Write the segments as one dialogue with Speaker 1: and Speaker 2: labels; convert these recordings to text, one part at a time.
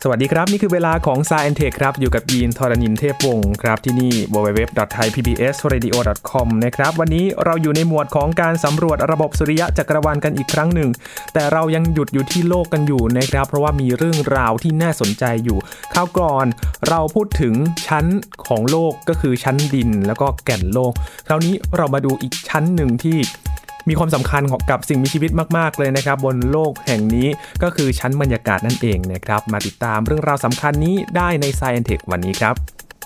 Speaker 1: สวัสดีครับนี่คือเวลาของ Science Tech ครับอยู่กับยีนทรณินเทพวงศ์ครับที่นี่ www.thaipbsradio.com นะครับวันนี้เราอยู่ในหมวดของการสำรวจระบบสุริยะจักรวาลกันอีกครั้งหนึ่งแต่เรายังหยุดอยู่ที่โลกกันอยู่นะครับเพราะว่ามีเรื่องราวที่น่าสนใจอยู่คราวก่อนเราพูดถึงชั้นของโลกก็คือชั้นดินแล้วก็แก่นโลกคราวนี้เรามาดูอีกชั้นหนึ่งที่มีความสำคัญกับสิ่งมีชีวิตมากๆเลยนะครับบนโลกแห่งนี้ก็คือชั้นบรรยากาศนั่นเองนะครับมาติดตามเรื่องราวสำคัญนี้ได้ใน Science Tech วันนี้ครับ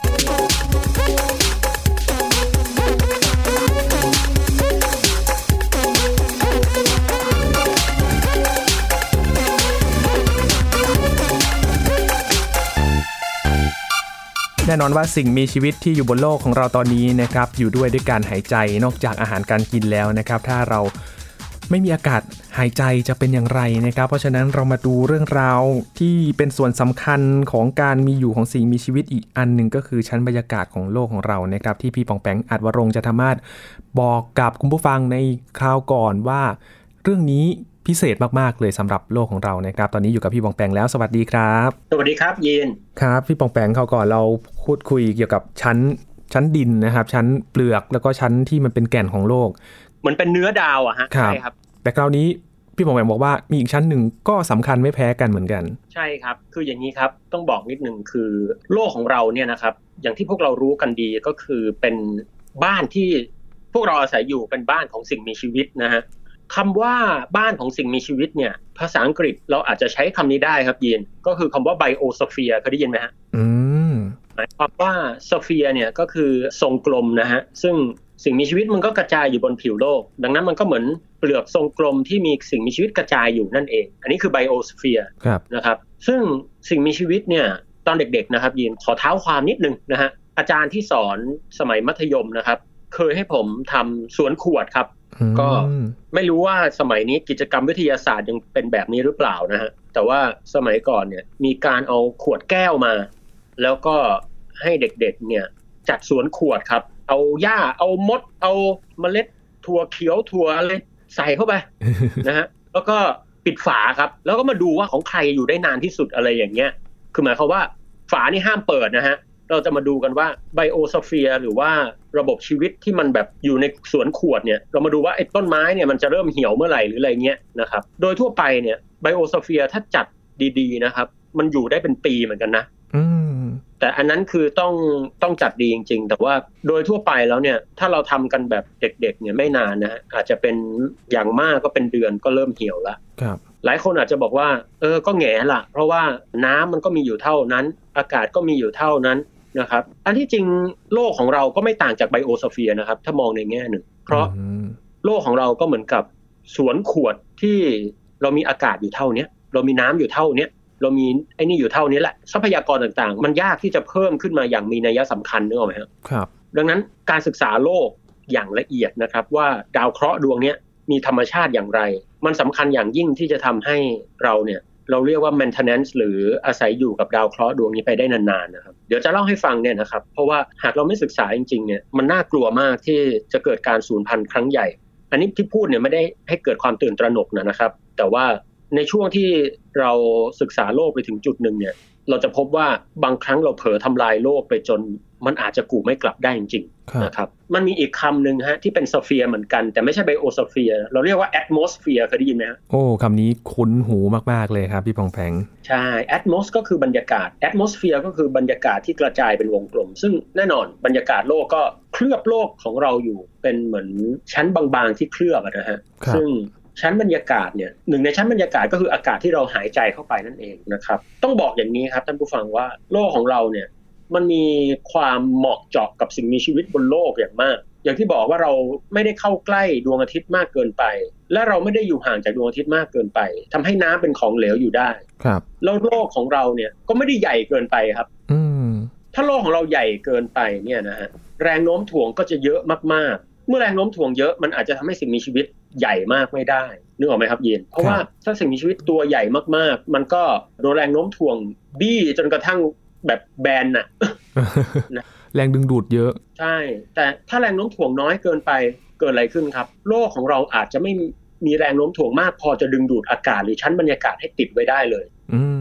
Speaker 1: แน่นอนว่าสิ่งมีชีวิตที่อยู่บนโลกของเราตอนนี้นะครับอยู่ด้วยการหายใจนอกจากอาหารการกินแล้วนะครับถ้าเราไม่มีอากาศหายใจจะเป็นอย่างไรนะครับเพราะฉะนั้นเรามาดูเรื่องราวที่เป็นส่วนสำคัญของการมีอยู่ของสิ่งมีชีวิตอีกอันหนึ่งก็คือชั้นบรรยากาศของโลกของเรานะครับที่พี่ปองแปงอัดวรงค์จะสามารถบอกกับคุณผู้ฟังในคราวก่อนว่าเรื่องนี้พิเศษมากๆเลยสำหรับโลกของเรานะครับตอนนี้อยู่กับพี่ปองแปงแล้วสวัสดีครับ
Speaker 2: สวัสดีครับยีน
Speaker 1: ครับพี่ปองแปงคราวก่อนเราพูดคุยเกี่ยวกับชั้นดินนะครับชั้นเปลือกแล้วก็ชั้นที่มันเป็นแก่นของโลก
Speaker 2: เหมือนเป็นเนื้อดาวอะฮะ
Speaker 1: ใช่ครับแต่คราวนี้พี่ปองแปงบอกว่ามีอีกชั้นหนึ่งก็สำคัญไม่แพ้กันเหมือนกัน
Speaker 2: ใช่ครับคืออย่างนี้ครับต้องบอกนิดนึงคือโลกของเราเนี่ยนะครับอย่างที่พวกเรารู้กันดีก็คือเป็นบ้านที่พวกเราอาศัยอยู่เป็นบ้านของสิ่งมีชีวิตนะฮะคำว่าบ้านของสิ่งมีชีวิตเนี่ยภาษาอังกฤษเราอาจจะใช้คำนี้ได้ครับยีนก็คือคำว่า biosphere เคยได้ยินไหมฮะหมายความว่า sphere เนี่ยก็คือทรงกลมนะฮะซึ่งสิ่งมีชีวิตมันก็กระจายอยู่บนผิวโลกดังนั้นมันก็เหมือนเปลือกทรงกลมที่มีสิ่งมีชีวิตกระจายอยู่นั่นเองอันนี้คือ biosphere นะครับซึ่งสิ่งมีชีวิตเนี่ยตอนเด็กๆนะครับยีนขอเท้าความนิดนึงนะฮะอาจารย์ที่สอนสมัยมัธยมนะครับเคยให้ผมทำสวนขวดครับก็ไม่รู้ว่าสมัยนี้กิจกรรมวิทยาศาสตร์ยังเป็นแบบนี้หรือเปล่านะฮะแต่ว่าสมัยก่อนเนี่ยมีการเอาขวดแก้วมาแล้วก็ให้เด็กๆเนี่ยจัดสวนขวดครับเอาหญ้าเอามดเอาเมล็ดถั่วเขียวถั่วอะไรใส่เข้าไป นะฮะแล้วก็ปิดฝาครับแล้วก็มาดูว่าของใครอยู่ได้นานที่สุดอะไรอย่างเงี้ยคือหมายความว่าฝานี่ห้ามเปิดนะฮะเราจะมาดูกันว่าไบโอสเฟียร์หรือว่าระบบชีวิตที่มันแบบอยู่ในสวนขวดเนี่ยเรามาดูว่าไอ้ต้นไม้เนี่ยมันจะเริ่มเหี่ยวเมื่อไหร่หรืออะไรเงี้ยนะครับโดยทั่วไปเนี่ยไบโอสเฟียร์ถ้าจัดดีๆนะครับมันอยู่ได้เป็นปีเหมือนกันนะแต่อันนั้นคือต้องจัดดีจริงๆแต่ว่าโดยทั่วไปแล้วเนี่ยถ้าเราทำกันแบบเด็กๆเนี่ยไม่นานนะอาจจะเป็นอย่างมากก็เป็นเดือนก็เริ่มเหี่ยวแล้วหลายคนอาจจะบอกว่าก็แง่ละเพราะว่าน้ำมันก็มีอยู่เท่านั้นอากาศก็มีอยู่เท่านั้นนะครับอันที่จริงโลกของเราก็ไม่ต่างจากไบโอสเฟียร์นะครับถ้ามองในแง่หนึ่งเพราะโลกของเราก็เหมือนกับสวนขวดที่เรามีอากาศอยู่เท่านี้เรามีน้ำอยู่เท่านี้เรามีไอ้นี่อยู่เท่านี้แหละทรัพยากรต่างๆมันยากที่จะเพิ่มขึ้นมาอย่างมีนัยสำคัญนึกออกไหมครับดังนั้นการศึกษาโลกอย่างละเอียดนะครับว่าดาวเคราะห์ดวงนี้มีธรรมชาติอย่างไรมันสำคัญอย่างยิ่งที่จะทำให้เราเนี่ยเราเรียกว่า maintenance หรืออาศัยอยู่กับดาวเคราะห์ดวงนี้ไปได้นานๆนะครับเดี๋ยวจะเล่าให้ฟังเนี่ยนะครับเพราะว่าหากเราไม่ศึกษาจริงๆเนี่ยมันน่ากลัวมากที่จะเกิดการสูญพันธุ์ครั้งใหญ่อันนี้ที่พูดเนี่ยไม่ได้ให้เกิดความตื่นตระหนกนะครับแต่ว่าในช่วงที่เราศึกษาโลกไปถึงจุดหนึ่งเนี่ยเราจะพบว่าบางครั้งเราเผลอทำลายโลกไปจนมันอาจจะกู่ไม่กลับได้จริงๆนะครับมันมีอีกคำหนึ่งฮะที่เป็นสเฟียร์เหมือนกันแต่ไม่ใช่ไบโอสเฟียร์เราเรียกว่าแอทมอสเฟียร์เคยได้ยินไหมฮะ
Speaker 1: โอ้คำนี้คุ้นหูมากๆเลยครับพี่ปองแปง
Speaker 2: ใช่แอทมอสก็คือบรรยากาศแอทมอสเฟียร์ก็คือบรรยากาศที่กระจายเป็นวงกลมซึ่งแน่นอนบรรยากาศโลกก็เคลือบโลกของเราอยู่เป็นเหมือนชั้นบางๆที่เคลือบนะฮะซึ่งชั้นบรรยากาศเนี่ยหนึ่งในชั้นบรรยากาศก็คืออากาศที่เราหายใจเข้าไปนั่นเองนะครับต้องบอกอย่างนี้ครับท่านผู้ฟังว่าโลกของเราเนี่ยมันมีความเหมาะเจาะกับสิ่งมีชีวิตบนโลกอย่างมากอย่างที่บอกว่าเราไม่ได้เข้าใกล้ดวงอาทิตย์มากเกินไปและเราไม่ได้อยู่ห่างจากดวงอาทิตย์มากเกินไปทำให้น้ำเป็นของเหลวอยู่ได้
Speaker 1: ครับ
Speaker 2: แล้วโลกของเราเนี่ยก็ไม่ได้ใหญ่เกินไปครับถ้าโลกของเราใหญ่เกินไปเนี่ยนะฮะแรงโน้มถ่วงก็จะเยอะมากๆเมื่อแรงโน้มถ่วงเยอะมันอาจจะทำให้สิ่งมีชีวิตใหญ่มากไม่ได้นึกออกไหมครับยีนเพราะว่าถ้าสิ่งมีชีวิตตัวใหญ่มากๆมันก็โดนแรงโน้มถ่วงบี้จนกระทั่งแบบแบนน่ะ
Speaker 1: แรงดึงดูดเยอะ
Speaker 2: ใช่แต่ถ้าแรงโน้มถ่วงน้อยเกินไปเกิดอะไรขึ้นครับโลกของเราอาจจะไม่มีแรงโน้มถ่วงมากพอจะดึงดูดอากาศหรือชั้นบรรยากาศให้ติดไว้ได้เลย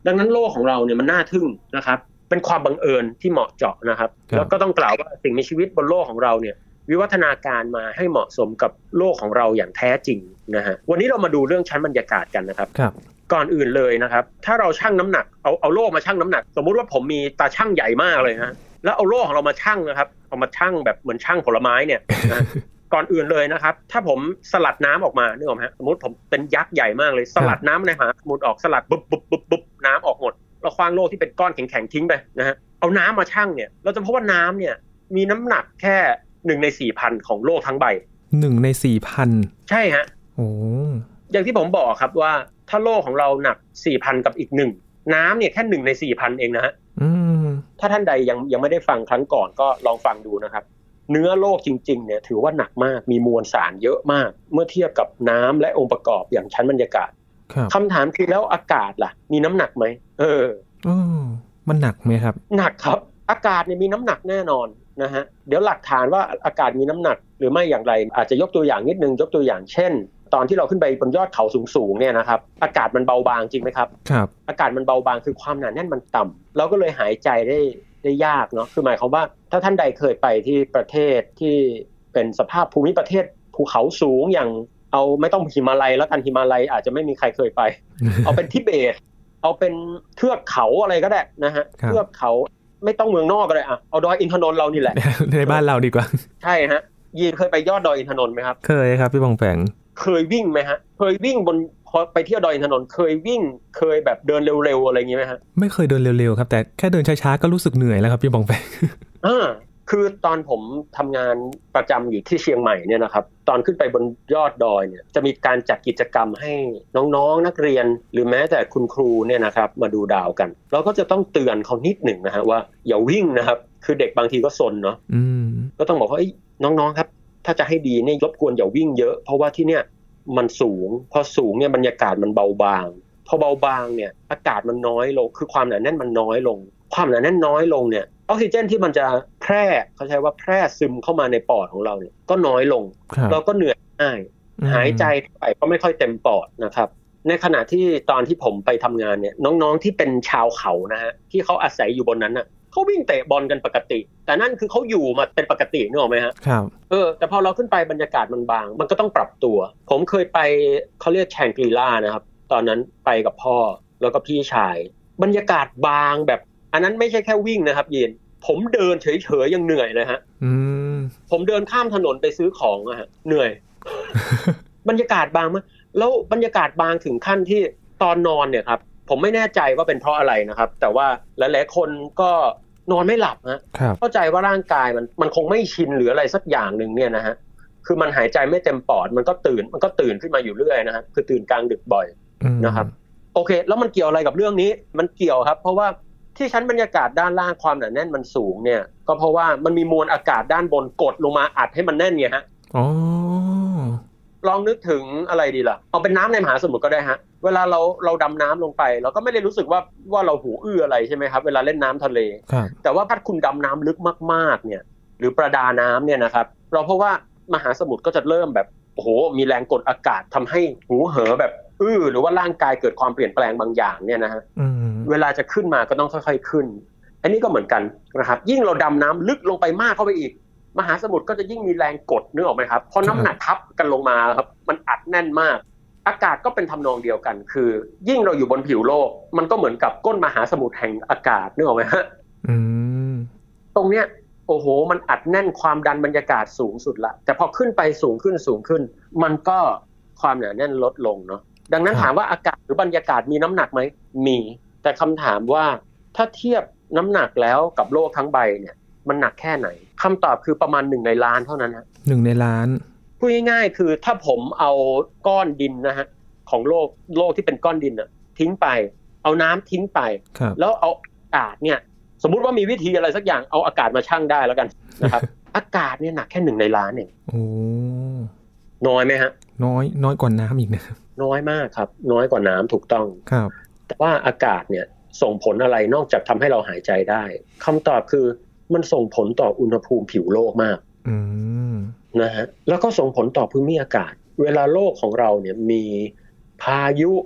Speaker 2: ดังนั้นโลกของเราเนี่ยมันน่าทึ่งนะครับเป็นความบังเอิญที่เหมาะเจาะนะครับแล้วก็ต้องกล่าวว่าสิ่งมีชีวิตบนโลกของเราเนี่ยวิวัฒนาการมาให้เหมาะสมกับโลกของเราอย่างแท้จริงนะฮะวันนี้เรามาดูเรื่องชั้นบรรยากาศกันนะครับก่อนอื่นเลยนะครับถ้าเราชั่งน้ำหนักเอาโลกมาชั่งน้ำหนักสมมุติว่าผมมีตาชั่งใหญ่มากเลยฮะแล้วเอาโลกของเรามาชั่งนะครับเอามาชั่งแบบเหมือนชั่งผลไม้เนี่ยนะก่อนอื่นเลยนะครับถ้าผมสลัดน้ำออกมานึกออกไหมฮะสมมติผมเป็นยักษ์ใหญ่มากเลยสลัดน้ำในมหาสมุทรออกสลัดปุ๊บน้ำออกหมดเราคว้างโลกที่เป็นก้อนแข็งๆทิ้งไปนะฮะเอาน้ำมาชั่งเนี่ยเราจะพบว่าน้ำเนี่ยมีน้ำหนักแค่1 ใน 4,000ของโลกทั้งใบ1 ใน
Speaker 1: 4,000ใช่
Speaker 2: ฮะโอ้อย่างที่ผมบอกครับว่าถ้าโลกของเราหนัก 4,000 กับอีก1น้ำเนี่ยแค่1 ใน 4,000เองนะฮะถ้าท่านใดยังไม่ได้ฟังครั้งก่อนก็ลองฟังดูนะครับเนื้อโลกจริงๆเนี่ยถือว่าหนักมากมีมวลสารเยอะมากเมื่อเทียบกับน้ำและองค์ประกอบอย่างชั้นบรรยากาศคำถามคือแล้วอากาศล่ะมีน้ำหนักไหม
Speaker 1: มันหนักไหมครับ
Speaker 2: หนักครับอากาศเนี่ยมีน้ำหนักแน่นอนนะฮะเดี๋ยวหลักฐานว่าอากาศมีน้ำหนักหรือไม่อย่างไรอาจจะยกตัวอย่างนิดนึงยกตัวอย่างเช่นตอนที่เราขึ้นไปบนยอดเขาสูงๆเนี่ยนะครับอากาศมันเบาบางจริงไหมครับ
Speaker 1: ครับ
Speaker 2: อากาศมันเบาบางคือความหนาแน่นมันต่ำเราก็เลยหายใจได้ยากเนาะคือหมายความว่าถ้าท่านใดเคยไปที่ประเทศที่เป็นสภาพภูมิประเทศภูเขาสูงอย่างเอาไม่ต้องหิมาลัยแล้วกันหิมาลัยอาจจะไม่มีใครเคยไป เอาเป็นทิเบตเอาเป็นเทือกเขาอะไรก็ได้นะฮะเทือกเขาไม่ต้องเมืองนอกก็ได้อะเอาดอยอินทนนท์เรานี่แหละ
Speaker 1: ในบ้านเราดีกว่า
Speaker 2: ใช่ฮะยีนเคยไปยอดดอยอินทนนท์ไหมครับ
Speaker 1: เคยครับพี่ปองแปง
Speaker 2: เคยวิ่งไหมฮะเคยวิ่งบนพอไปเที่ยวดอยอินทนนท์เคยวิ่งเคยแบบเดินเร็วๆอะไรอย่างงี้ไหมฮะ
Speaker 1: ไม่เคยเดินเร็วๆครับแต่แค่เดินช้าๆก็รู้สึกเหนื่อยแล้วครับพี่ปองแปง
Speaker 2: คือตอนผมทำงานประจำอยู่ที่เชียงใหม่เนี่ยนะครับตอนขึ้นไปบนยอดดอยเนี่ยจะมีการจัดกิจกรรมให้น้องๆนักเรียนหรือแม้แต่คุณครูเนี่ยนะครับมาดูดาวกันเราก็จะต้องเตือนเขานิดหนึ่งนะฮะว่าอย่าวิ่งนะครับคือเด็กบางทีก็ซนเนาะก็ต้องบอกว่าน้องๆครับถ้าจะให้ดีเนี่ยรบกวนอย่าวิ่งเยอะเพราะว่าที่เนี่ยมันสูงพอสูงเนี่ยบรรยากาศมันเบาบางพอเบาบางเนี่ยอากาศมันน้อยลงคือความหนาแน่นมันน้อยลงความหนาแน่นน้อยลงเนี่ยออกซิเจนที่มันจะแพร่เขาใช้ว่าแพร่ซึมเข้ามาในปอดของเราเนี่ยก็น้อยลงเราก็เหนื่อยง่ายหายใจไปก็ไม่ค่อยเต็มปอดนะครับในขณะที่ตอนที่ผมไปทำงานเนี่ยน้องๆที่เป็นชาวเขานะฮะที่เขาอาศัยอยู่บนนั้นน่ะเขาวิ่งเตะบอลกันปกติแต่นั่นคือเขาอยู่มาเป็นปกตินึกออกไหมฮะ
Speaker 1: ครับ
Speaker 2: แต่พอเราขึ้นไปบรรยากาศมันบางมันก็ต้องปรับตัวผมเคยไปเขาเรียกแชงกรีล่านะครับตอนนั้นไปกับพ่อแล้วก็พี่ชายบรรยากาศบางแบบอันนั้นไม่ใช่แค่วิ่งนะครับยินผมเดินเฉยๆยังเหนื่อยเลยฮะผมเดินข้ามถนนไปซื้อของอะฮะเหนื่อย บรรยากาศบางมากแล้วบรรยากาศบางถึงขั้นที่ตอนนอนเนี่ยครับผมไม่แน่ใจว่าเป็นเพราะอะไรนะครับแต่ว่าหลายๆคนก็นอนไม่หลับนะเข้าใจว่าร่างกายมันคงไม่ชินหรืออะไรสักอย่างนึงเนี่ยนะฮะคือมันหายใจไม่เต็มปอดมันก็ตื่นขึ้นมาอยู่เรื่อยนะฮะคือตื่นกลางดึกบ่อยนะครับโอเคแล้วมันเกี่ยวอะไรกับเรื่องนี้มันเกี่ยวครับเพราะว่าที่ชั้นบรรยากาศด้านล่างความหนาแน่นมันสูงเนี่ยก็เพราะว่ามันมีมวลอากาศด้านบนกดลงมาอัดให้มันแน่นไงฮะลองนึกถึงอะไรดีล่ะเอาเป็นน้ำในมหาสมุทรก็ได้ฮะเวลาเราดำน้ำลงไปเราก็ไม่ได้รู้สึกว่าเราหูอื้ออะไรใช่ไหมครับเวลาเล่นน้ำทะเลแต่ว่าถ้าคุณดำน้ำลึกมากๆเนี่ยหรือประดาน้ำเนี่ยนะครับเราเพราะว่ามหาสมุทรก็จะเริ่มแบบโอ้โหมีแรงกดอากาศทำให้หูเหอแบบหรือว่าร่างกายเกิดความเปลี่ยนแปลงบางอย่างเนี่ยนะฮะเวลาจะขึ้นมาก็ต้องค่อยๆขึ้นอันนี้ก็เหมือนกันนะครับยิ่งเราดำน้ำลึกลงไปมากเข้าไปอีกมหาสมุทรก็จะยิ่งมีแรงกดนึกออกไหมครับพอน้ำหนักทับกันลงมาครับมันอัดแน่นมากอากาศก็เป็นทำนองเดียวกันคือยิ่งเราอยู่บนผิวโลกมันก็เหมือนกับก้นมหาสมุทรแห่งอากาศนึกออกไหมฮะตรงเนี้ยโอ้โหมันอัดแน่นความดันบรรยากาศสูงสุดละแต่พอขึ้นไปสูงขึ้นมันก็ความหนาแน่นลดลงเนาะดังนั้นถามว่าอากาศหรือบรรยากาศมีน้ำหนักไหมมีแต่คำถามว่าถ้าเทียบน้ำหนักแล้วกับโลกทั้งใบเนี่ยมันหนักแค่ไหนคำตอบคือประมาณ1 ในล้านเท่านั้นฮะ
Speaker 1: 1 ในล้าน
Speaker 2: พูดง่ายๆคือถ้าผมเอาก้อนดินนะฮะของโลกที่เป็นก้อนดินน่ะทิ้งไปเอาน้ำทิ้งไปแล้วเอาอากาศเนี่ยสมมุติว่ามีวิธีอะไรสักอย่างเอาอากาศมาชั่งได้แล้วกันนะครับ อากาศเนี่ยหนักแค่1 ในล้านเอง
Speaker 1: โอ้
Speaker 2: น้อยไหมฮะ
Speaker 1: น้อยกว่าน้ำอีกนะ
Speaker 2: น้อยมากครับน้อยกว่าน้ำถูกต้อง
Speaker 1: ครับ
Speaker 2: แต่ว่าอากาศเนี่ยส่งผลอะไรนอกจากทำให้เราหายใจได้คำตอบคือมันส่งผลต่ออุณหภูมิผิวโลกมากนะฮะแล้วก็ส่งผลต่อภูมิอากาศเวลาโลกของเราเนี่ยมีพายุ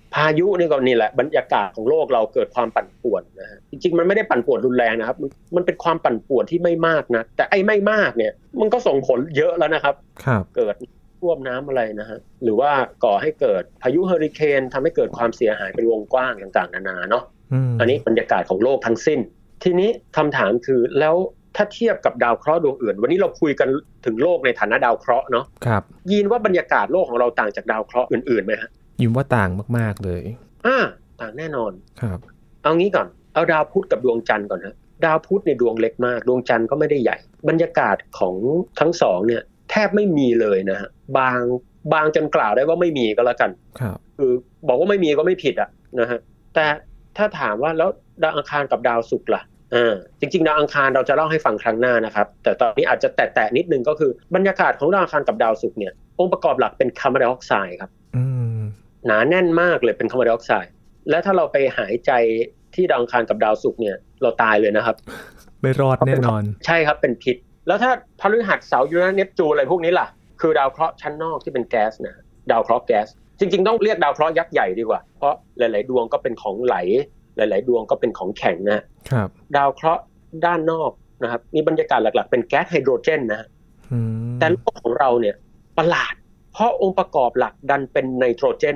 Speaker 2: พายุนี่ก็นี่แหละบรรยากาศของโลกเราเกิดความปั่นป่วนนะฮะจริงๆมันไม่ได้ปั่นป่วนรุนแรงนะครับมันเป็นความปั่นป่วนที่ไม่มากนะแต่ไอ้ไม่มากเนี่ยมันก็ส่งผลเยอะแล้วนะครับเกิดท่วมน้ำอะไรนะฮะหรือว่าก่อให้เกิดพายุเฮอริเคนทำให้เกิดความเสียหายเป็นวงกว้างต่างๆนานาเนาะอันนี้บรรยากาศของโลกทั้งสิ้นทีนี้คำถามคือแล้วถ้าเทียบกับดาวเคราะห์ดวงอื่นวันนี้เราคุยกันถึงโลกในฐานะดาวเคราะห์เนาะยินว่าบรรยากาศโลกของเราต่างจากดาวเคราะห์อื่นๆไหมฮะ
Speaker 1: ยินว่าต่างมากๆเลย
Speaker 2: ต่างแน่นอน
Speaker 1: ครับ
Speaker 2: เอางี้ก่อนเอาดาวพุธกับดวงจันทร์ก่อนนะดาวพุธในดวงเล็กมากดวงจันทร์ก็ไม่ได้ใหญ่บรรยากาศของทั้งสองเนี่ยแทบไม่มีเลยนะฮะบางจนกล่าวได้ว่าไม่มีก็แล้วกันคือบอกว่าไม่มีก็ไม่ผิดอ่ะนะฮะแต่ถ้าถามว่าแล้วดาวอังคารกับดาวศุกร์ล่ะจริงๆดาวอังคารเราจะเล่าให้ฟังครั้งหน้านะครับแต่ตอนนี้อาจจะแตะนิดนึงก็คือบรรยากาศของดาวอังคารกับดาวศุกร์เนี่ยองค์ประกอบหลักเป็นคาร์บอนไดออกไซด์ครับหนาแน่นมากเลยเป็นคาร์บอนไดออกไซด์และถ้าเราไปหายใจที่ดาวอังคารกับดาวศุกร์เนี่ยเราตายเลยนะครับ
Speaker 1: ไม่รอดแน่นอน
Speaker 2: ใช่ครับเป็นพิษแล้วถ้าพฤหัสเสาร์ยูเรนัสเนปจูนอะไรพวกนี้ล่ะคือดาวเคราะห์ชั้นนอกที่เป็นแก๊สนะดาวเคราะห์แก๊สจริงๆต้องเรียกดาวเคราะห์ยักษ์ใหญ่ดีกว่าเพราะหลายๆดวงก็เป็นของไหลหลายๆดวงก็เป็นของแข็ง
Speaker 1: นะครับ
Speaker 2: ดาวเคราะห์ด้านนอกนะครับมีบรรยากาศหลักๆเป็นแก๊สไฮโดรเจนนะแต่โลกของเราเนี่ยประหลาดเพราะองค์ประกอบหลักดันเป็นไนโตรเจน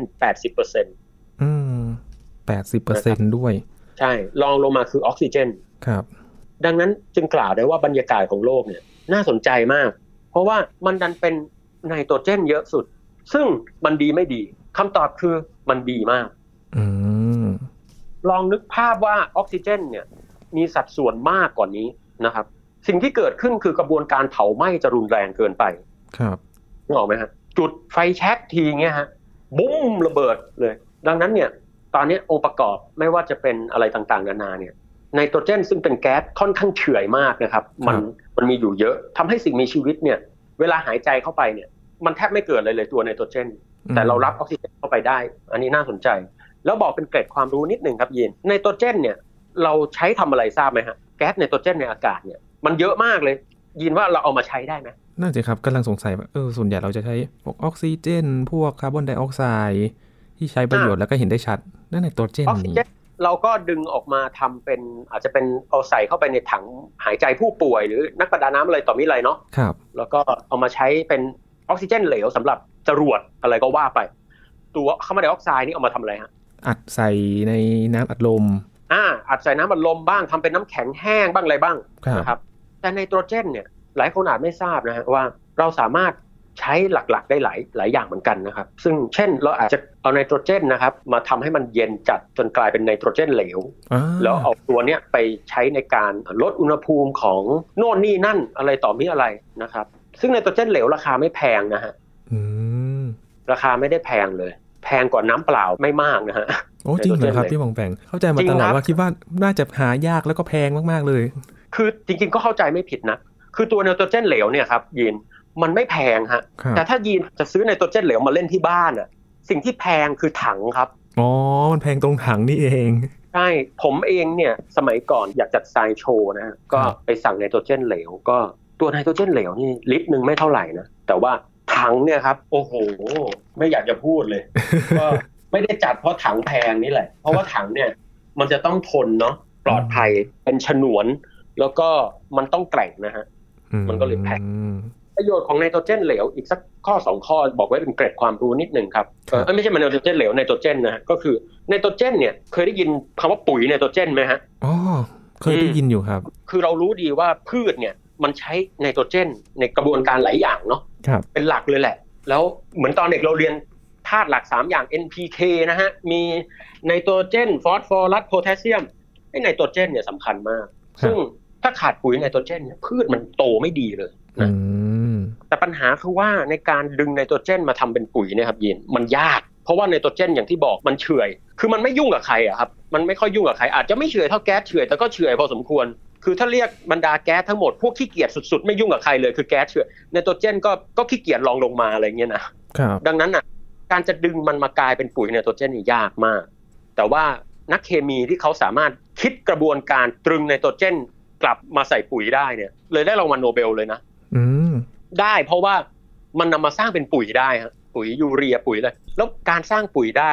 Speaker 1: 80% ด้วย
Speaker 2: ใช่รองลงมาคือออกซิเจน
Speaker 1: ครับ
Speaker 2: ดังนั้นจึงกล่าวได้ว่าบรรยากาศของโลกเนี่ยน่าสนใจมากเพราะว่ามันดันเป็นไนโตรเจนเยอะสุดซึ่งมันดีไม่ดีคำตอบคือมันดีมากลองนึกภาพว่าออกซิเจนเนี่ยมีสัดส่วนมากกว่านี้นะครับสิ่งที่เกิดขึ้นคือกระบวนการเผาไหม้จะรุนแรงเกินไป
Speaker 1: ครับ
Speaker 2: นึกออกไหมฮะจุดไฟแช็กทีเงี้ยฮะบุ้มระเบิดเลยดังนั้นเนี่ยตอนนี้องค์ประกอบไม่ว่าจะเป็นอะไรต่างๆนานาเนี่ยไนโตรเจนซึ่งเป็นแก๊สค่อนข้างเฉื่อยมากนะครับมันมีอยู่เยอะทำให้สิ่งมีชีวิตเนี่ยเวลาหายใจเข้าไปเนี่ยมันแทบไม่เกิดเลยตัวไนโตรเจนแต่เรารับออกซิเจนเข้าไปได้อันนี้น่าสนใจแล้วบอกเป็นเกร็ดความรู้นิดนึงครับยินไนโตรเจนเนี่ยเราใช้ทำอะไรทราบไหมฮะแก๊สไนโตรเจนในอากาศเนี่ยมันเยอะมากเลยยินว่าเราเอามาใช้ได้ไหม
Speaker 1: น่าจะครับกำลังสงสัยว่าส่วนใหญ่เราจะใช้พวกออกซิเจนพวกคาร์บอนไดออกไซด์ที่ใช้ประโยชน์แล้วก็เห็นได้ชัดนั่นไนโตรเจนนี่
Speaker 2: เราก็ดึงออกมาทำเป็นอาจจะเป็นเอาใส่เข้าไปในถังหายใจผู้ป่วยหรือนักประดาน้ำอะไรต่อมีอะไรเนาะ
Speaker 1: ครับ
Speaker 2: แล้วก็เอามาใช้เป็นออกซิเจนเหลวสำหรับจรวดอะไรก็ว่าไปตัวคาร์บอนไดออกไซด์นี่เอามาทำอะไรฮะ
Speaker 1: อัดใส่ในน้ำอัดลม
Speaker 2: อัดใส่น้ำอัดลมบ้างทำเป็นน้ำแข็งแห้งบ้างอะไรบ้างนะครับแต่ไนโตรเจนเนี่ยหลายคนอาจไม่ทราบนะฮะว่าเราสามารถใช้หลักๆได้หลายอย่างเหมือนกันนะครับซึ่งเช่นเราอาจจะเอาไนโตรเจนนะครับมาทำให้มันเย็นจัดจนกลายเป็นไนโตรเจนเหลวแล้วเอาตัวเนี้ยไปใช้ในการลดอุณหภูมิของโน่นนี่นั่นอะไรต่อมีอะไรนะครับซึ่งไนโตรเจนเหลวราคาไม่แพงนะฮะราคาไม่ได้แพงเลยแพงกว่าน้ำเปล่าไม่มากนะฮะ
Speaker 1: โอ้จริงเหรอครับพี่มองแปงเข้าใจมาตลอดว่าคิดว่าน่าจะหายากแล้วก็แพงมากๆเลย
Speaker 2: คือจริงๆก็เข้าใจไม่ผิดนะคือตัวไนโตรเจนเหลวเนี่ยครับยินมันไม่แพงฮะแต่ถ้ายีนจะซื้อไนโตรเจนเหลวมาเล่นที่บ้านอ่ะสิ่งที่แพงคือถังครับ
Speaker 1: มันแพงตรงถังนี่เอง
Speaker 2: ใช่ผมเองเนี่ยสมัยก่อนอยากจัดไซน์โชว์นะก็ไปสั่งไนโตรเจนเหลวก็ตัวไนโตรเจนเหลวนี่ลิตรนึงไม่เท่าไหร่นะแต่ว่าถังเนี่ยครับโอ้โหไม่อยากจะพูดเลย ก็ไม่ได้จัดเพราะถังแพงนี่แหละเพราะว่าถังเนี่ยมันจะต้องทนเนาะปลอดภัยเป็นฉนวนแล้วก็มันต้องแกร่งนะฮะมันก็เลยแพงประโยชน์ของไนโตรเจนเหลวอีกสักข้อ2ข้อบอกไว้เป็นเกร็ดความรู้นิดนึงครับไม่ใช่ไนโตรเจนเหลวไนโตรเจนนะก็คือไนโตรเจนเนี่ยเคยได้ยินคำว่าปุ๋ยไนโตรเจนไหมฮะ
Speaker 1: เคยได้ยินอยู่ครับ
Speaker 2: คือเรารู้ดีว่าพืชเนี่ยมันใช้ไนโตรเจนในกระบวนการหลายอย่างเนาะเป็นหลักเลยแหละแล้วเหมือนตอนเด็กเราเรียนธาตุหลัก3อย่าง NPK นะฮะมีไนโตรเจนฟอสฟอรัสโพแทสเซียมไอ้ไนโตรเจนเนี่ยสำคัญมากซึ่งถ้าขาดปุ๋ยไนโตรเจนเนี่ยพืชมันโตไม่ดีเลยนะแต่ปัญหาคือว่าในการดึงไนโตรเจนมาทำเป็นปุ๋ยเนี่ยครับยินมันยากเพราะว่าไนโตรเจนอย่างที่บอกมันเฉื่อยคือมันไม่ยุ่งกับใครอะครับมันไม่ค่อยยุ่งกับใครอาจจะไม่เฉื่อยเท่าแก๊สเฉื่อยแต่ก็เฉื่อยพอสมควรคือถ้าเรียกบรรดาแก๊สทั้งหมดพวกขี้เกียจสุดๆไม่ยุ่งกับใครเลยคือแก๊สเฉื่อยไนโตรเจนก็ขี้เกียจลงมาอะไรเงี้ยนะดังนั้นอ่ะการจะดึงมันมากลายเป็นปุ๋ยไนโตรเจนนี่ยากมากแต่ว่านักเคมีที่เขาสามารถคิดกระบวนการตรึงไนโตรเจนกลับมาใส่ปุ๋ยได้เนี่ยเลยได้รางวัลโนเบลเลยนะได้เพราะว่ามันนำมาสร้างเป็นปุ๋ยได้ฮะปุ๋ยยูเรียปุ๋ยเลยแล้วการสร้างปุ๋ยได้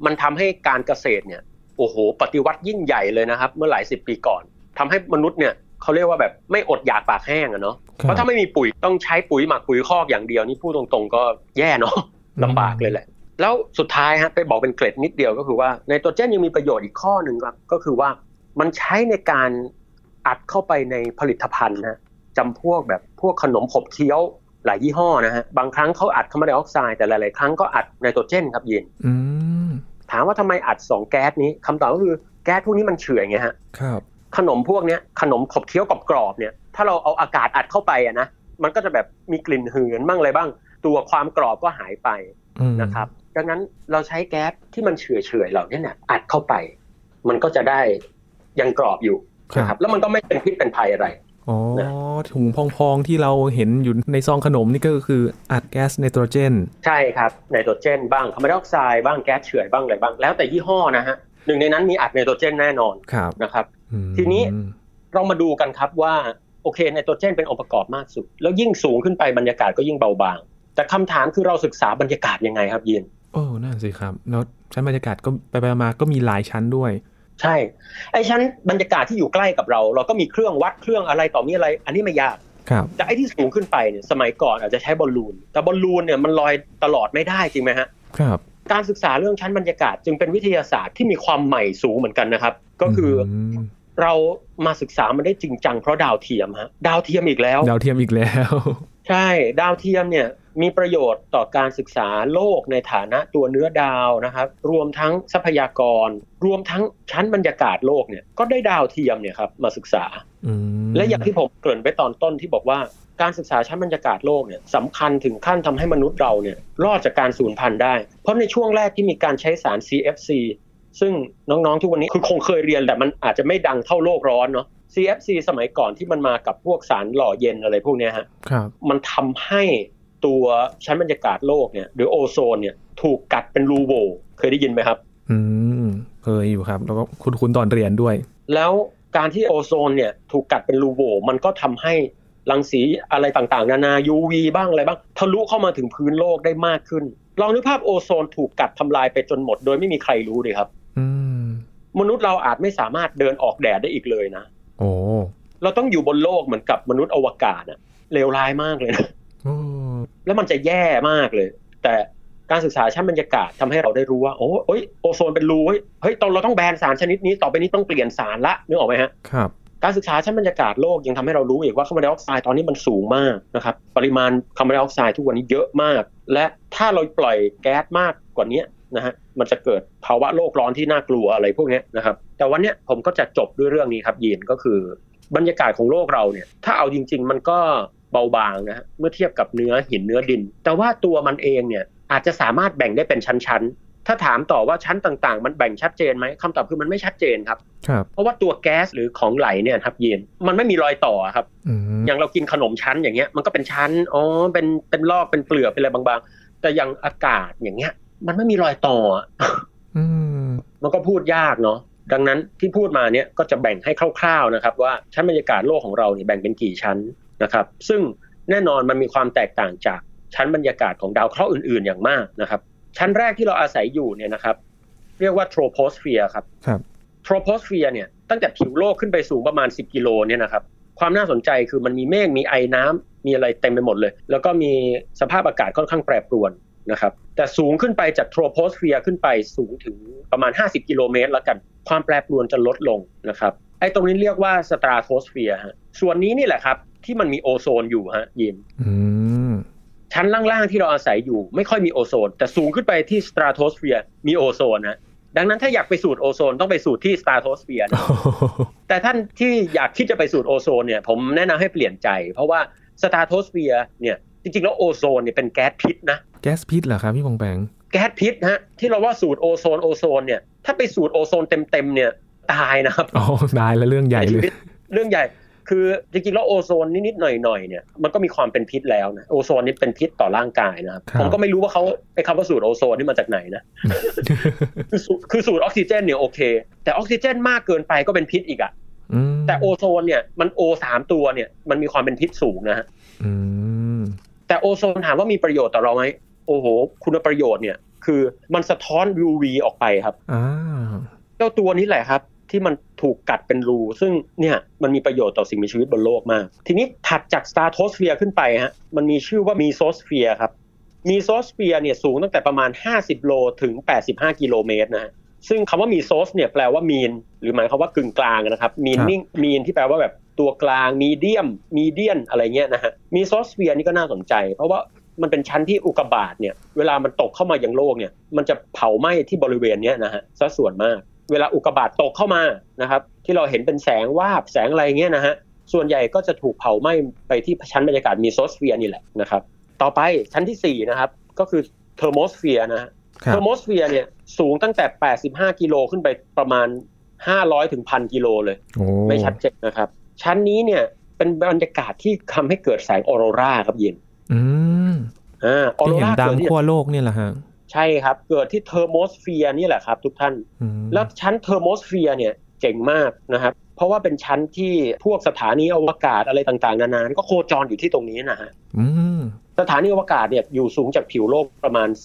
Speaker 2: มันทำให้การเกษตรเนี่ยโอ้โหปฏิวัติยิ่งใหญ่เลยนะครับเมื่อหลายสิบปีก่อนทำให้มนุษย์เนี่ยเขาเรียกว่าแบบไม่อดอยากปากแห้งอะเนาะเพราะถ้าไม่มีปุ๋ยต้องใช้ปุ๋ยหมักปุ๋ยคอกอย่างเดียวนี่พูดตรงๆก็แย่เนาะลำบากเลยแหละแล้วสุดท้ายฮะไปบอกเป็นเกร็ดนิดเดียวก็คือว่าไนโตรเจนยังมีประโยชน์อีกข้อหนึ่งครับก็คือว่ามันใช้ในการอัดเข้าไปในผลิตภัณฑ์นะจำพวกแบบพวกขนมขบเคี้ยวหลายยี่ห้อนะฮะบางครั้งเขาอัดคาร์บอนไดออกไซด์แต่หลายๆครั้งก็อัดไนโตรเจนครับยินถามว่าทำไมอัด2แก๊สนี้คำตอบก็คือแก๊สพวกนี้มันเฉื่อยไงฮะครับขนมพวกนี้ขนมขบเคี้ยวกรอบๆเนี่ยถ้าเราเอาอากาศอัดเข้าไปอะนะมันก็จะแบบมีกลิ่นหืนบ้างอะไรบ้างตัวความกรอบก็หายไปนะครับดังนั้นเราใช้แก๊สที่มันเฉื่อยๆเหล่านี้เนี่ยอัดเข้าไปมันก็จะได้ยังกรอบอยู่นะครับแล้วมันก็ไม่เป็นพิษเป็นภัยอะไร
Speaker 1: อ๋อถุงพองๆที่เราเห็นอยู่ในซองขนมนี่ก็คืออัดแก๊สไนโตรเจน
Speaker 2: ใช่ครับไนโตรเจนบ้างคาร์บอนไดออกไซด์บ้างแก๊สเฉื่อยบ้างอะไรบ้างแล้วแต่ยี่ห้อนะฮะหนึ่งในนั้นมีอัดไนโตรเจนแน่นอนนะครับทีนี้เรามาดูกันครับว่าโอเคไนโตรเจนเป็นองค์ประกอบมากสุดแล้วยิ่งสูงขึ้นไปบรรยากาศก็ยิ่งเบาบางแต่คำถามคือเราศึกษาบรรยากาศยังไงครับยิน
Speaker 1: นั่นสิครับแล้วชั้นบรรยากาศก็ไปมาก็มีหลายชั้นด้วย
Speaker 2: ใช่ไอ้ชั้นบรรยากาศที่อยู่ใกล้กับเราก็มีเครื่องวัดเครื่องอะไรต่อมีอะไรอันนี้ไม่ยากแต่ไอ้ที่สูงขึ้นไปเนี่ยสมัยก่อนอาจจะใช้บอลลูนแต่บอลลูนเนี่ยมันลอยตลอดไม่ได้จริงไหมฮะ
Speaker 1: ครับ
Speaker 2: การศึกษาเรื่องชั้นบรรยากาศจึงเป็นวิทยาศาสตร์ที่มีความใหม่สูงเหมือนกันนะครับก็คือเรามาศึกษามันได้จริงจังเพราะดาวเทียมฮะดาวเทียมอีกแล้วใช่ดาวเทียมเนี่ยมีประโยชน์ต่อการศึกษาโลกในฐานะตัวเนื้อดาวนะครับรวมทั้งทรัพยากรรวมทั้งชั้นบรรยากาศโลกเนี่ยก็ได้ดาวเทียมเนี่ยครับมาศึกษาและอย่างที่ผมเกริ่นไปตอนต้นที่บอกว่าการศึกษาชั้นบรรยากาศโลกเนี่ยสำคัญถึงขั้นทำให้มนุษย์เราเนี่ยรอดจากการสูญพันธุ์ได้เพราะในช่วงแรกที่มีการใช้สาร CFC ซึ่งน้องๆทุกวันนี้คือคงเคยเรียนแต่มันอาจจะไม่ดังเท่าโลกร้อนเนาะ CFC สมัยก่อนที่มันมากับพวกสารหล่อเย็นอะไรพวกนี้ฮะมันทำให้ตัวชั้นบรรยากาศโลกเนี่ยหรือโอโซนเนี่ยถูกกัดเป็นรูโหว่เคยได้ยินไหมครับ
Speaker 1: เคยอยู่ครับแล้วก็คุ้นๆตอนเรียนด้วย
Speaker 2: แล้วการที่โอโซนเนี่ยถูกกัดเป็นรูโหว่มันก็ทำให้รังสีอะไรต่างๆนานา UV บ้างอะไรบ้างทะลุเข้ามาถึงพื้นโลกได้มากขึ้นลองนึกภาพโอโซนถูกกัดทำลายไปจนหมดโดยไม่มีใครรู้เลยครับมนุษย์เราอาจไม่สามารถเดินออกแดดได้อีกเลยนะเราต้องอยู่บนโลกเหมือนกับมนุษย์อวกาศอะเลวร้ายมากเลยนะแล้วมันจะแย่มากเลยแต่การศึกษาชั้นบรรยากาศทำให้เราได้รู้ว่าโอโซนเป็นรูเฮ้ยเราต้องแบนสารชนิดนี้ต่อไปนี้ต้องเปลี่ยนสารละนึกออกไหมฮะ
Speaker 1: ครับ
Speaker 2: การศึกษาชั้นบรรยากาศโลกยังทำให้เรารู้อีกว่าคาร์บอนไดออกไซด์ตอนนี้มันสูงมากนะครับปริมาณคาร์บอนไดออกไซด์ทุกวันนี้เยอะมากและถ้าเราปล่อยแก๊สมากกว่านี้นะฮะมันจะเกิดภาวะโลกร้อนที่น่ากลัวอะไรพวกนี้นะครับแต่วันนี้ผมก็จะจบด้วยเรื่องนี้ครับยีนก็คือบรรยากาศของโลกเราเนี่ยถ้าเอาจริงๆมันก็เบาบางนะฮะเมื่อเทียบกับเนื้อหินเนื้อดินแต่ว่าตัวมันเองเนี่ยอาจจะสามารถแบ่งได้เป็นชั้นๆถ้าถามต่อว่าชั้นต่างๆมันแบ่งชัดเจนไหมคำตอบคือมันไม่ชัดเจนครับเพราะว่าตัวแก๊สหรือของไหลเนี่ยครับยีนมันไม่มีรอยต่อครับอย่างเรากินขนมชั้นอย่างเงี้ยมันก็เป็นชั้นเป็นลอกเป็นเปลือกเป็นอะไรบางๆแต่อย่างอากาศอย่างเงี้ยมันไม่มีรอยต่อมันก็พูดยากเนาะดังนั้นที่พูดมาเนี่ยก็จะแบ่งให้คร่าวๆนะครับว่าชั้นบรรยากาศโลกของเราเนี่ยแบ่งเป็นกี่ชั้นนะครับซึ่งแน่นอนมันมีความแตกต่างจากชั้นบรรยากาศของดาวเคราะห์อื่นๆอย่างมากนะครับชั้นแรกที่เราอาศัยอยู่เนี่ยนะครับเรียกว่าโทรโพสเฟียร์ครับโทรโพสเฟียร์เนี่ยตั้งแต่ผิวโลกขึ้นไปสูงประมาณ10กิโลเนี่ยนะครับความน่าสนใจคือมันมีเมฆมีไอน้ำมีอะไรเต็มไปหมดเลยแล้วก็มีสภาพอากาศค่อนข้างแปรปรวนนะครับแต่สูงขึ้นไปจากโทรโพสเฟียร์ขึ้นไปสูงถึงประมาณ50กิโลเมตรแล้วกันความแปรปรวนจะลดลงนะครับไอ้ตรงนี้เรียกว่าสตราโทสเฟียร์ฮะส่วนนี้นี่แหละครับที่มันมีโอโซนอยู่ฮะยินชั้นล่างๆที่เราอาศัยอยู่ไม่ค่อยมีโอโซนแต่สูงขึ้นไปที่สตราโทสเฟียร์มีโอโซนนะดังนั้นถ้าอยากไปสูดโอโซนต้องไปสูดที่สตราโทสเฟียร์แต่ท่านที่อยากคิดจะไปสูดโอโซนเนี่ยผมแนะนำให้เปลี่ยนใจเพราะว่าสตราโทสเฟียร์เนี่ยจริงๆแล้วโอโซนเนี่ยเป็นแก๊สพิษนะ
Speaker 1: แก๊สพิษเหรอครับพี่พงแปง
Speaker 2: แก๊สพิษฮะที่เราว่าสูดโอโซนเนี่ยถ้าไปสูดโอโซนเต็มๆเนี่ยตายนะครับ
Speaker 1: ตายแล้วเรื่องใหญ่เลย
Speaker 2: เรื่องใหญ่คือจริงๆแล้วโอโซนนิดๆหน่อยๆเนี่ยมันก็มีความเป็นพิษแล้วนะโอโซนนี่เป็นพิษต่อร่างกายนะครับผมก็ไม่รู้ว่าเขาไอ้คำว่าสูดโอโซนนี่มาจากไหนนะ คือสูดออกซิเจนเนี่ยโอเคแต่ออกซิเจนมากเกินไปก็เป็นพิษอีกอ่ะแต่โอโซนเนี่ยมันโอ3ตัวเนี่ยมันมีความเป็นพิษสูงนะฮะแต่โอโซนถามว่ามีประโยชน์ต่อเราไหมโอ้โหคุณประโยชน์เนี่ยคือมันสะท้อน UV ออกไปครับเจ้าตัวนี้แหละครับที่มันถูกกัดเป็นรูซึ่งเนี่ยมันมีประโยชน์ต่อสิ่งมีชีวิตบนโลกมากทีนี้ถัดจากสตราโทสเฟียร์ขึ้นไปฮะมันมีชื่อว่ามีโซสเฟียร์ครับมีโซสเฟียร์เนี่ยสูงตั้งแต่ประมาณ50โลถึง85กิโลเมตรนะฮะซึ่งคำว่ามีโซสเนี่ยแปลว่ามีนหรือหมายความว่ากึ่งกลางนะครับมีนที่แปลว่าแบบตัวกลางมีเดียนอะไรเงี้ยนะฮะมีโซสเฟียร์นี่ก็น่าสนใจเพราะว่ามันเป็นชั้นที่อุกกาบาตเนี่ยเวลามันตกเข้ามายังโลกเนี่ยมันจะเผาไหม้ที่บริเวณนี้นะฮะซะส่วนมากเวลาอุกกาบาตตกเข้ามานะครับที่เราเห็นเป็นแสงวาบแสงอะไรเงี้ยนะฮะส่วนใหญ่ก็จะถูกเผาไหม้ไปที่ชั้นบรรยากาศมีโซสเฟียร์นี่แหละนะครับต่อไปชั้นที่4นะครับก็คือเทอร์โมสเฟียร์นะฮะเทอร์โมสเฟียร์เนี่ยสูงตั้งแต่85กิโลขึ้นไปประมาณ500ถึง 1,000 กิโลเลยไม่ชัดเจนนะครับชั้นนี้เนี่ยเป็นบรรยากาศที่ทำให้เกิดแสงออโรราครับยินออโรราเกิดที่
Speaker 1: ขั้วโลกนี่แหละฮะ
Speaker 2: ใช่ครับเกิดที่เทอร์โมสเฟียร์นี่แหละครับทุกท่านแล้วชั้นเทอร์โมสเฟียร์เนี่ยเจ๋งมากนะครับเพราะว่าเป็นชั้นที่พวกสถานีอวกาศอะไรต่างๆนานาก็โคจรอยู่ที่ตรงนี้นะฮะสถานีอวกาศเนี่ยอยู่สูงจากผิวโลกประมาณ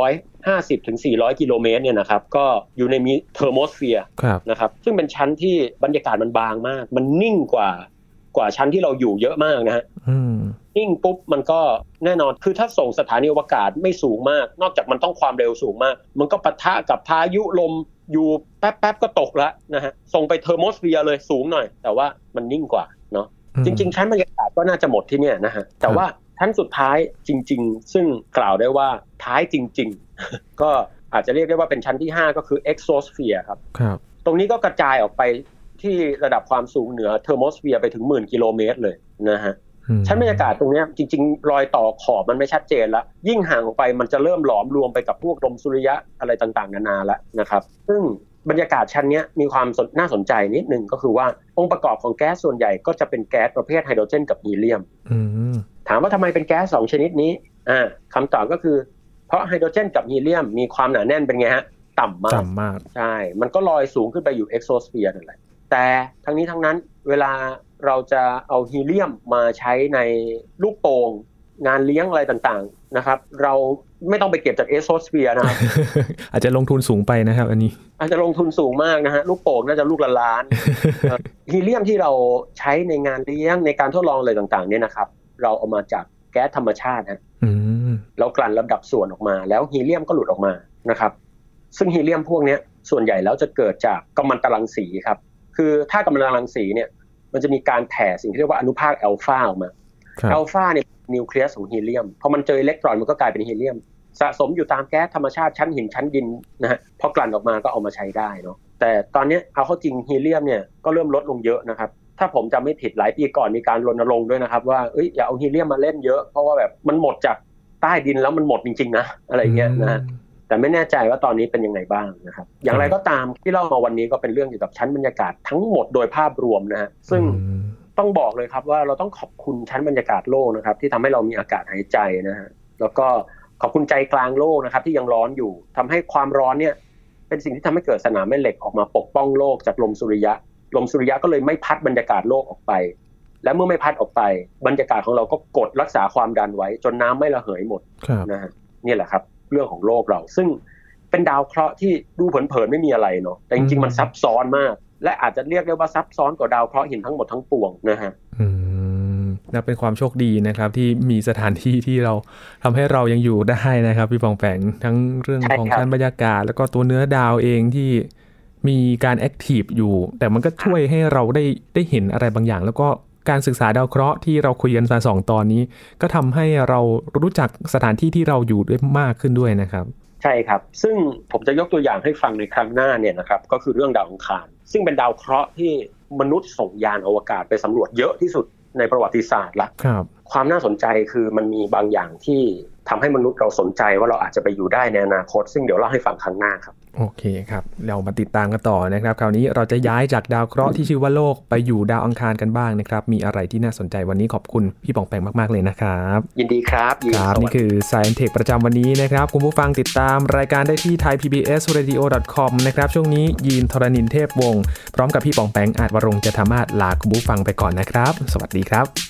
Speaker 2: 350ถึง400กิโลเมตรเนี่ยนะครับก็อยู่ในมีเทอร์โมสเฟียร์นะครับซึ่งเป็นชั้นที่บรรยากาศมันบางมากมันนิ่งกว่าชั้นที่เราอยู่เยอะมากนะฮะนิ่งปุ๊บมันก็แน่นอนคือถ้าส่งสถานีอวกาศไม่สูงมากนอกจากมันต้องความเร็วสูงมากมันก็ปะทะกับพายุลมอยู่แป๊บๆก็ตกแล้วนะฮะส่งไปเทอร์โมสเฟียร์เลยสูงหน่อยแต่ว่ามันนิ่งกว่าเนาะจริงๆชั้นบรรยากาศก็น่าจะหมดที่เนี่ยนะฮะแต่ว่าชั้นสุดท้ายจริงๆซึ่งกล่าวได้ว่าท้ายจริงๆก็อาจจะเรียกได้ว่าเป็นชั้นที่5ก็คือเอ็กโซสเฟียร์ครับตรงนี้ก็กระจายออกไปที่ระดับความสูงเหนือเทอร์โมสเฟียร์ไปถึง10,000กิโลเมตรเลยนะฮะชั้นบรรยากาศตรงนี้จริงๆรอยต่อขอบมันไม่ชัดเจนแล้วยิ่งห่างออกไปมันจะเริ่มหลอมรวมไปกับพวกลมสุริยะอะไรต่างๆนานาแล้วนะครับซึ่งบรรยากาศชั้นนี้มีความน่าสนใจนิดนึงก็คือว่าองค์ประกอบของแก๊สส่วนใหญ่ก็จะเป็นแก๊สประเภทไฮโดรเจนกับฮีเลียมถามว่าทำไมเป็นแก๊ส2ชนิดนี้คำตอบก็คือเพราะไฮโดรเจนกับฮีเลียมมีความหนาแน่นเป็นไงฮะต่ำมากใช่มันก็ลอยสูงขึ้นไปอยู่เอ็กโซสเฟียร์นั่นแหละแต่ทั้งนี้ทั้งนั้นเวลาเราจะเอาฮีเลียมมาใช้ในลูกโป่งงานเลี้ยงอะไรต่างๆนะครับเราไม่ต้องไปเก็บจากเอ็กโซสเฟียร์นะครับ
Speaker 1: อาจจะลงทุนสูงไปนะครับอันนี้
Speaker 2: อาจจะลงทุนสูงมากนะฮะลูกโป่งน่าจะลูกละล้าน ฮีเลียมที่เราใช้ในงานเลี้ยงในการทดลองอะไรต่างๆเนี่ยนะครับเราเอามาจากแก๊สธรรมชาตินะเรากลั่นลำดับส่วนออกมาแล้วฮีเลียมก็หลุดออกมานะครับซึ่งฮีเลียมพวกนี้ส่วนใหญ่แล้วจะเกิดจากกัมมันตรังสีครับคือถ้ากัมมันตรังสีเนี่ยมันจะมีการแผ่สิ่งที่เรียกว่าอนุภาคอัลฟาออกมาอัลฟาเนี่ยนิวเคลียสของฮีเลียมพอมันเจออิเล็กตรอนมันก็กลายเป็นฮีเลียมสะสมอยู่ตามแก๊สธรรมชาติชั้นหินชั้นดินนะฮะพอกลั่นออกมาก็เอามาใช้ได้เนาะแต่ตอนนี้เอาเข้าจริงฮีเลียมเนี่ยก็เริ่มลดลงเยอะนะครับถ้าผมจำไม่ผิดหลายปีก่อนมีการรณรงค์ด้วยนะครับว่าอย่าเอาฮีเลียมมาเล่นเยอะเพราะว่าแบบมันหมดจากใต้ดินแล้วมันหมดจริงๆนะอะไรเงี้ยนะแต่ไม่แน่ใจว่าตอนนี้เป็นยังไงบ้างนะครับอย่างไรก็ตามที่เล่ามาวันนี้ก็เป็นเรื่องเกี่ยวกับชั้นบรรยากาศทั้งหมดโดยภาพรวมนะฮะซึ่งต้องบอกเลยครับว่าเราต้องขอบคุณชั้นบรรยากาศโลกนะครับที่ทำให้เรามีอากาศหายใจนะฮะแล้วก็ขอบคุณใจกลางโลกนะครับที่ยังร้อนอยู่ทำให้ความร้อนเนี่ยเป็นสิ่งที่ทำให้เกิดสนามแม่เหล็กออกมาปกป้องโลกจากลมสุริยะก็เลยไม่พัดบรรยากาศโลกออกไปและเมื่อไม่พัดออกไปบรรยากาศของเราก็กดรักษาความดันไว้จนน้ำไม่ระเหยหมดนะฮะนี่แหละครับเรื่องของโลกเราซึ่งเป็นดาวเคราะห์ที่ดูเผินๆไม่มีอะไรเนาะแต่จริงๆมันซับซ้อนมากและอาจจะเรียกได้ว่าซับซ้อนกว่าดาวเคราะห์หินทั้งหมดทั้งปวงนะฮะ
Speaker 1: นับเป็นความโชคดีนะครับที่มีสถานที่ที่เราทำให้เรายังอยู่ได้นะครับพี่ปองแปงทั้งเรื่องของชั้นบรรยากาศแล้วก็ตัวเนื้อดาวเองที่มีการแอคทีฟอยู่แต่มันก็ช่วยให้เราได้เห็นอะไรบางอย่างแล้วก็การศึกษาดาวเคราะห์ที่เราคุยกันมา2ตอนนี้ก็ทำให้เรารู้จักสถานที่ที่เราอยู่ได้มากขึ้นด้วยนะครับ
Speaker 2: ใช่ครับซึ่งผมจะยกตัวอย่างให้ฟังในครั้งหน้าเนี่ยนะครับก็คือเรื่องดาวอังคารซึ่งเป็นดาวเคราะห์ที่มนุษย์ส่งยานอวกาศไปสำรวจเยอะที่สุดในประวัติศาสตร์ละความน่าสนใจคือมันมีบางอย่างที่ทำให้มนุษย์เราสนใจว่าเราอาจจะไปอยู่ได้ในอนาคตซึ่งเดี๋ยวเล่าให้ฟังครั้งหน้าครับ
Speaker 1: โอเคครับเรามาติดตามกันต่อนะครับคราวนี้เราจะย้ายจากดาวเคราะห์ที่ชื่อว่าโลกไปอยู่ดาวอังคารกันบ้างนะครับมีอะไรที่น่าสนใจวันนี้ขอบคุณพี่ปองแปงมากๆเลยนะครับ
Speaker 2: ยินดีครับ
Speaker 1: นี่คือ Science Tech ประจำวันนี้นะครับคุณผู้ฟังติดตามรายการได้ที่ thaipbsradio.com นะครับช่วงนี้ยีนธรณินทร์เทพวงศ์พร้อมกับพี่ปองแปงอาจวรงค์จะทำมาศลาคุณผู้ฟังไปก่อนนะครับสวัสดีครับ